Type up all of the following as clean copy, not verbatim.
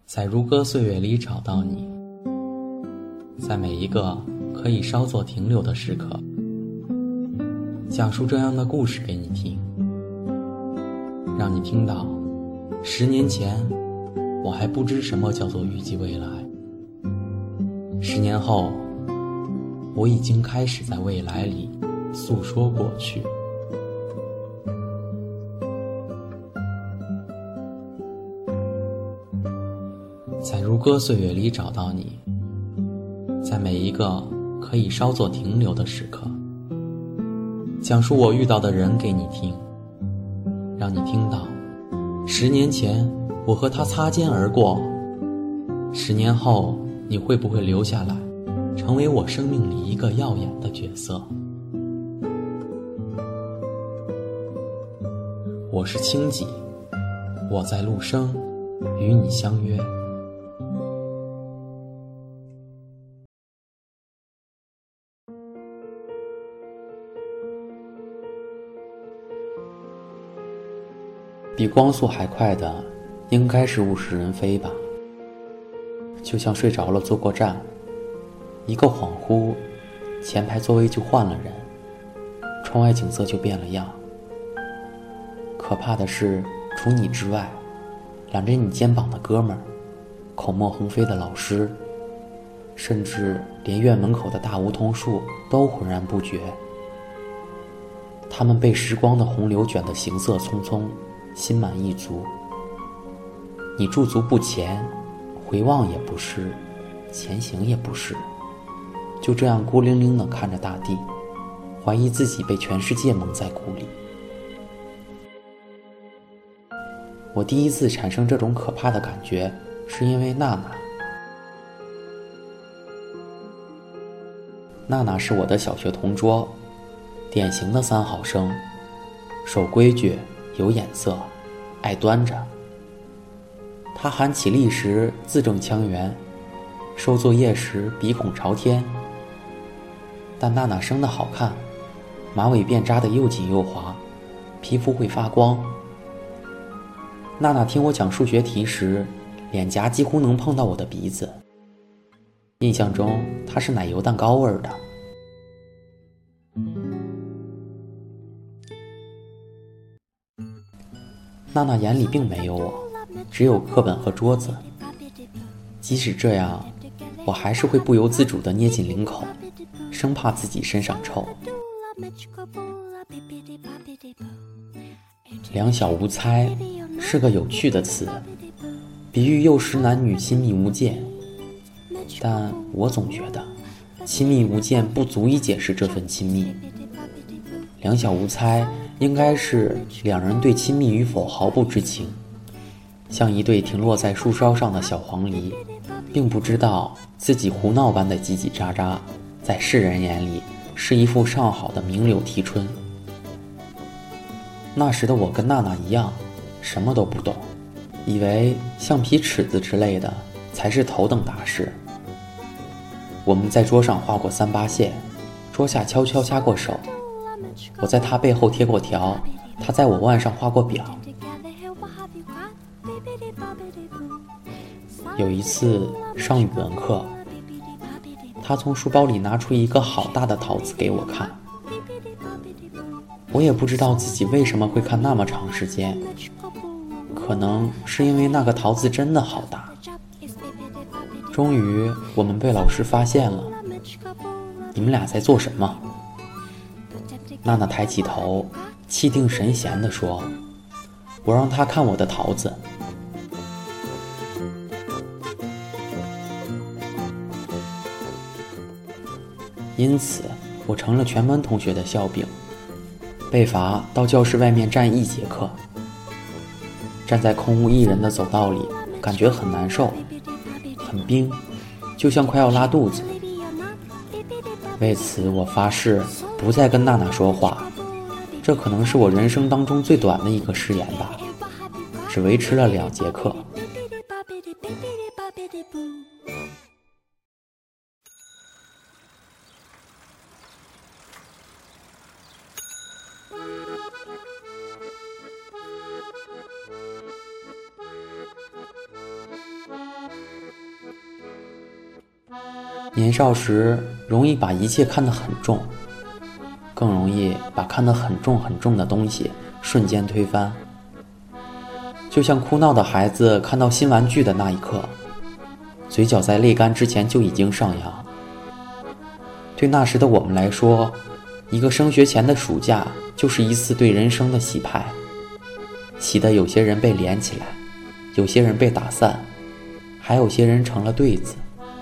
在如歌岁月里找到你，在每一个可以稍作停留的时刻，讲述这样的故事给你听，让你听到10年前我还不知什么叫做预计未来，10年后我已经开始在未来里诉说过去。在如歌岁月里找到你，在每一个可以稍作停留的时刻，讲述我遇到的人给你听，让你听到10年前我和他擦肩而过，10年后你会不会留下来，成为我生命里一个耀眼的角色。我是清己，我在陆生与你相约。比光速还快的应该是物是人非吧，就像睡着了坐过站，一个恍惚，前排座位就换了人，窗外景色就变了样。可怕的是，除你之外，揽着你肩膀的哥们儿，口沫横飞的老师，甚至连院门口的大梧桐树都浑然不觉。他们被时光的洪流卷得行色匆匆，心满意足。你驻足不前，回望也不是，前行也不是，就这样孤零零地看着大地，怀疑自己被全世界蒙在鼓里。我第一次产生这种可怕的感觉，是因为娜娜。娜娜是我的小学同桌，典型的3好生，守规矩，有眼色，爱端着。她喊起立时字正腔圆，收作业时鼻孔朝天。但娜娜生得好看，马尾辫扎得又紧又滑，皮肤会发光。娜娜听我讲数学题时，脸颊几乎能碰到我的鼻子。印象中她是奶油蛋糕味的。娜娜眼里并没有我，只有课本和桌子。即使这样，我还是会不由自主地捏紧领口，生怕自己身上臭。两小无猜是个有趣的词，比喻幼时男女亲密无间，但我总觉得亲密无间不足以解释这份亲密。两小无猜应该是两人对亲密与否毫不知情，像一对停落在树梢上的小黄鹂，并不知道自己胡闹般的叽叽喳喳，在世人眼里是一副上好的明柳啼春。那时的我跟娜娜一样，什么都不懂，以为橡皮尺子之类的才是头等大事。我们在桌上画过3八线，桌下悄悄掐过手。我在她背后贴过条，她在我腕上画过表。有一次上语文课，她从书包里拿出一个好大的桃子给我看。我也不知道自己为什么会看那么长时间，可能是因为那个桃子真的好大。终于我们被老师发现了，你们俩在做什么？娜娜抬起头，气定神闲地说，我让她看我的桃子。因此我成了全班同学的笑柄，被罚到教室外面站1节课。站在空无一人的走道里，感觉很难受，很冰，就像快要拉肚子。为此我发誓不再跟娜娜说话，这可能是我人生当中最短的一个誓言吧，只维持了2节课。 年少时容易把一切看得很重，更容易把看得很重很重的东西瞬间推翻。就像哭闹的孩子看到新玩具的那一刻，嘴角在泪干之前就已经上扬。对那时的我们来说，一个升学前的暑假就是一次对人生的洗牌，洗的有些人被连起来，有些人被打散，还有些人成了对子。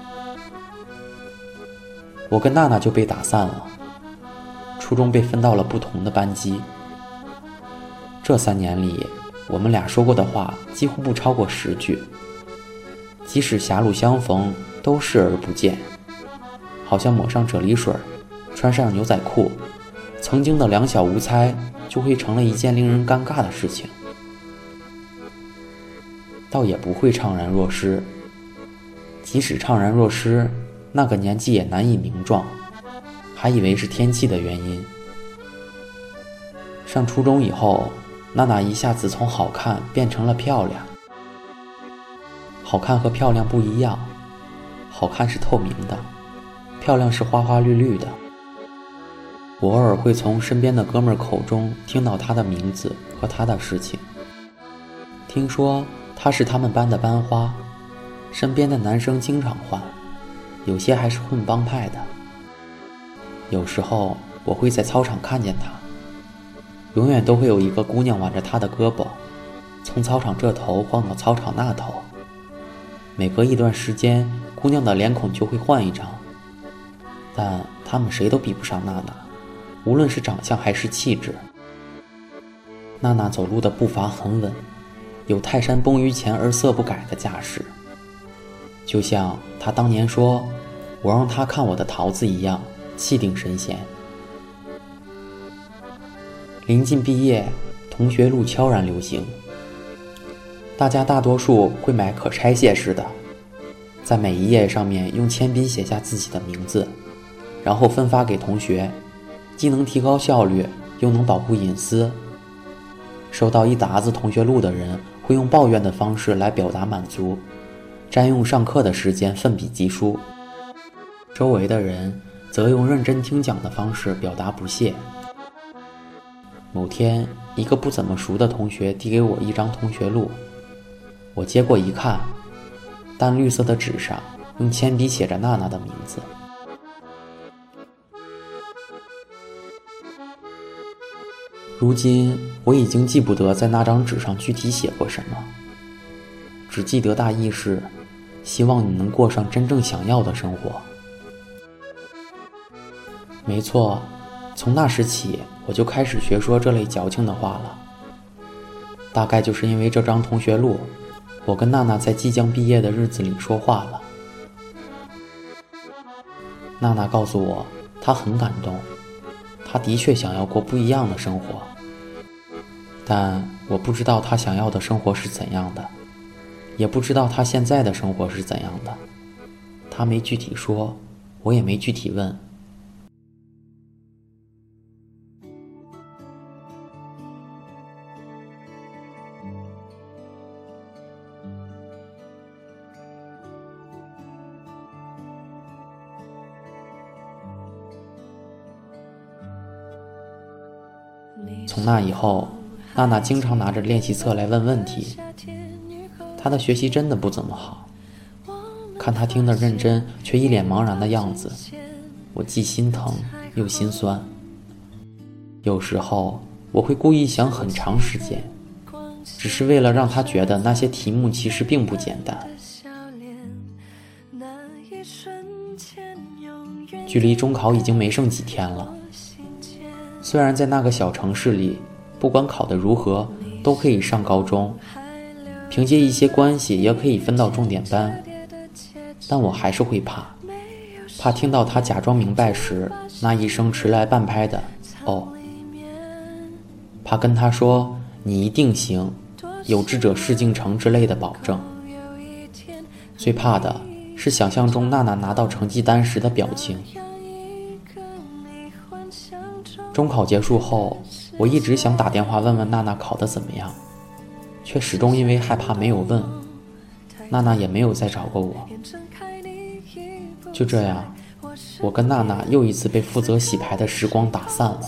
我跟娜娜就被打散了，初中被分到了不同的班级。这3年里，我们俩说过的话几乎不超过10句，即使狭路相逢都视而不见，好像抹上啫喱水，穿上牛仔裤，曾经的两小无猜就会成了一件令人尴尬的事情。倒也不会怅然若失，即使怅然若失，那个年纪也难以名状，还以为是天气的原因。上初中以后，娜娜一下子从好看变成了漂亮。好看和漂亮不一样，好看是透明的，漂亮是花花绿绿的。我偶尔会从身边的哥们儿口中听到她的名字和她的事情，听说她是他们班的班花，身边的男生经常换，有些还是混帮派的。有时候我会在操场看见她，永远都会有一个姑娘挽着她的胳膊，从操场这头晃到操场那头。每隔一段时间，姑娘的脸孔就会换一张，但她们谁都比不上娜娜，无论是长相还是气质。娜娜走路的步伐很稳，有泰山崩于前而色不改的架势，就像她当年说我让她看我的桃子一样，气定神闲。临近毕业，同学录悄然流行，大家大多数会买可拆卸式的，在每一页上面用铅笔写下自己的名字，然后分发给同学，既能提高效率，又能保护隐私。收到一沓子同学录的人会用抱怨的方式来表达满足，占用上课的时间奋笔疾书。周围的人则用认真听讲的方式表达不屑。某天，一个不怎么熟的同学递给我一张同学录，我接过一看，淡绿色的纸上用铅笔写着娜娜的名字。如今我已经记不得在那张纸上具体写过什么，只记得大意是希望你能过上真正想要的生活。没错，从那时起我就开始学说这类矫情的话了。大概就是因为这张同学录，我跟娜娜在即将毕业的日子里说话了。娜娜告诉我，她很感动，她的确想要过不一样的生活，但我不知道她想要的生活是怎样的，也不知道她现在的生活是怎样的。她没具体说，我也没具体问。从那以后，娜娜经常拿着练习册来问问题。她的学习真的不怎么好，看她听得认真却一脸茫然的样子，我既心疼又心酸。有时候我会故意想很长时间，只是为了让她觉得那些题目其实并不简单。距离中考已经没剩几天了，虽然在那个小城市里，不管考得如何都可以上高中，凭借一些关系也可以分到重点班，但我还是会怕听到他假装明白时那一声迟来半拍的哦，怕跟他说你一定行，有志者事竟成之类的保证。最怕的是想象中娜娜拿到成绩单时的表情。中考结束后，我一直想打电话问问娜娜考得怎么样，却始终因为害怕没有问，娜娜也没有再找过我。 就这样，我跟娜娜又一次被负责洗牌的时光打散了。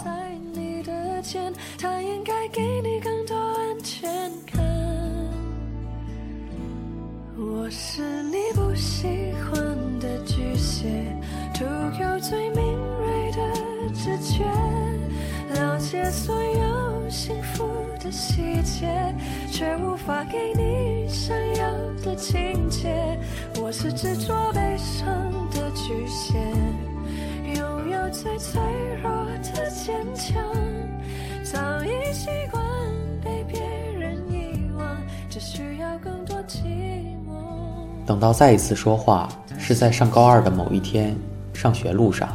我是你不喜欢的巨蟹，独有最敏锐的直觉，了解所有幸福的细节，却无法给你想要的情节。我是执着悲伤的巨蟹，拥有最脆弱的坚强，早已习惯被别人遗忘，只需要更多寂寞。 等到再一次说话，是在上高二的某一天，上学路上。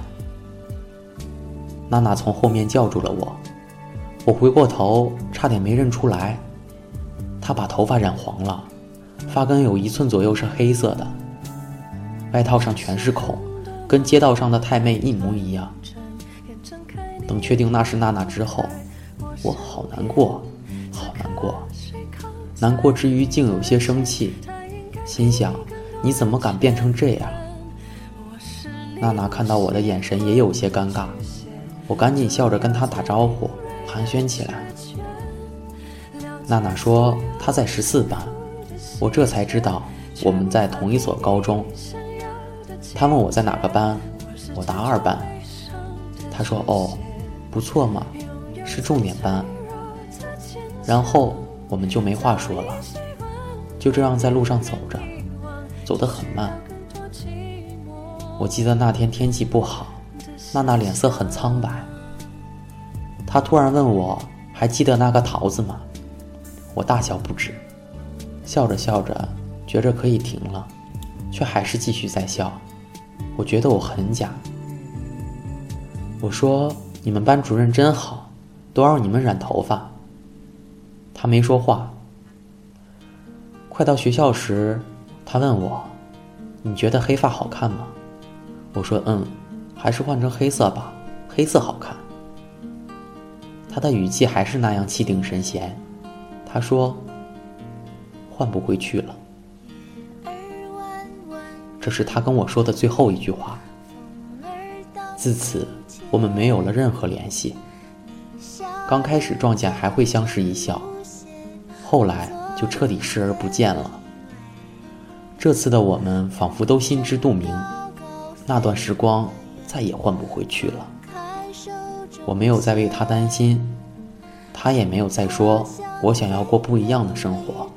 娜娜从后面叫住了我，我回过头，差点没认出来。她把头发染黄了，发根有1寸左右是黑色的，外套上全是孔，跟街道上的太妹一模一样。等确定那是娜娜之后，我好难过，好难过，难过之余竟有些生气，心想你怎么敢变成这样。娜娜看到我的眼神也有些尴尬，我赶紧笑着跟她打招呼，寒暄起来。娜娜说她在14班，我这才知道我们在同一所高中。她问我在哪个班，我答2班。她说哦，不错嘛，是重点班。然后我们就没话说了，就这样在路上走着，走得很慢。我记得那天天气不好，娜娜脸色很苍白。她突然问我还记得那个桃子吗？我大笑不止，笑着笑着觉着可以停了，却还是继续在笑。我觉得我很假。我说你们班主任真好，都让你们染头发。她没说话。快到学校时，她问我你觉得黑发好看吗？我说还是换成黑色吧，黑色好看。她的语气还是那样气定神闲。她说换不回去了。这是她跟我说的最后一句话。自此我们没有了任何联系。刚开始撞见还会相视一笑，后来就彻底视而不见了。这次的我们仿佛都心知肚明，那段时光再也换不回去了。我没有再为他担心，他也没有再说我想要过不一样的生活。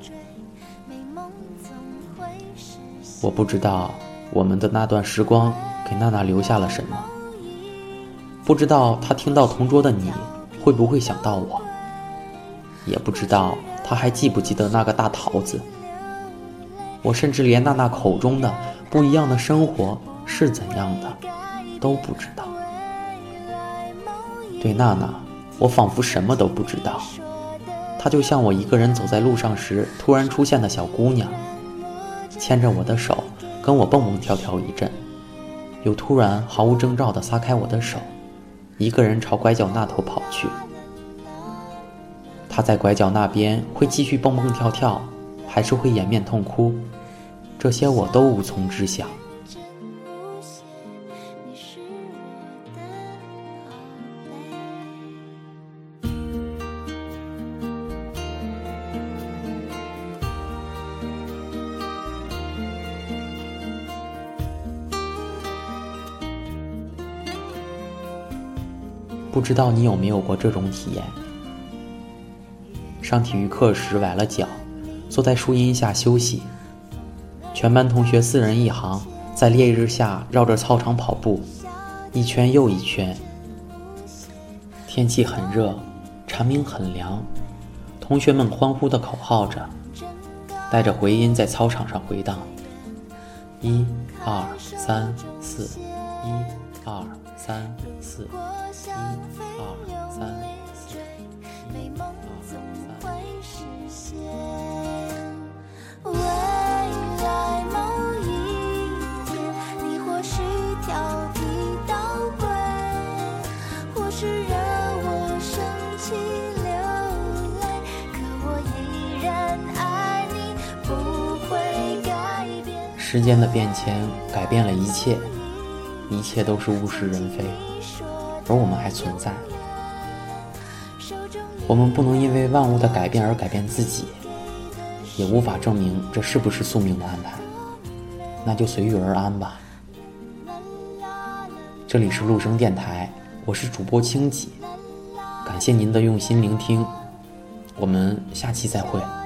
我不知道我们的那段时光给娜娜留下了什么，不知道她听到同桌的你会不会想到我，也不知道她还记不记得那个大桃子。我甚至连娜娜口中的不一样的生活是怎样的都不知道。对娜娜，我仿佛什么都不知道。她就像我一个人走在路上时突然出现的小姑娘，牵着我的手跟我蹦蹦跳跳一阵，又突然毫无征兆地撒开我的手，一个人朝拐角那头跑去。她在拐角那边会继续蹦蹦跳跳，还是会掩面痛哭，这些我都无从知晓。不知道你有没有过这种体验？上体育课时崴了脚，坐在树荫下休息，全班同学4人一行，在烈日下绕着操场跑步，一圈又一圈。天气很热，蝉鸣很凉，同学们欢呼地口号着，带着回音在操场上回荡：1、2、3、4，1、2、3、4，1、2、3、4，1、2、3、4。 未来某一天，你或许挑剔到鬼，或是惹我生气流泪，可我依然爱你，不会改变。 时间的变迁改变了一切， 一切都是物是人非，而我们还存在。我们不能因为万物的改变而改变自己，也无法证明这是不是宿命的安排，那就随遇而安吧。这里是陆生电台，我是主播清己，感谢您的用心聆听，我们下期再会。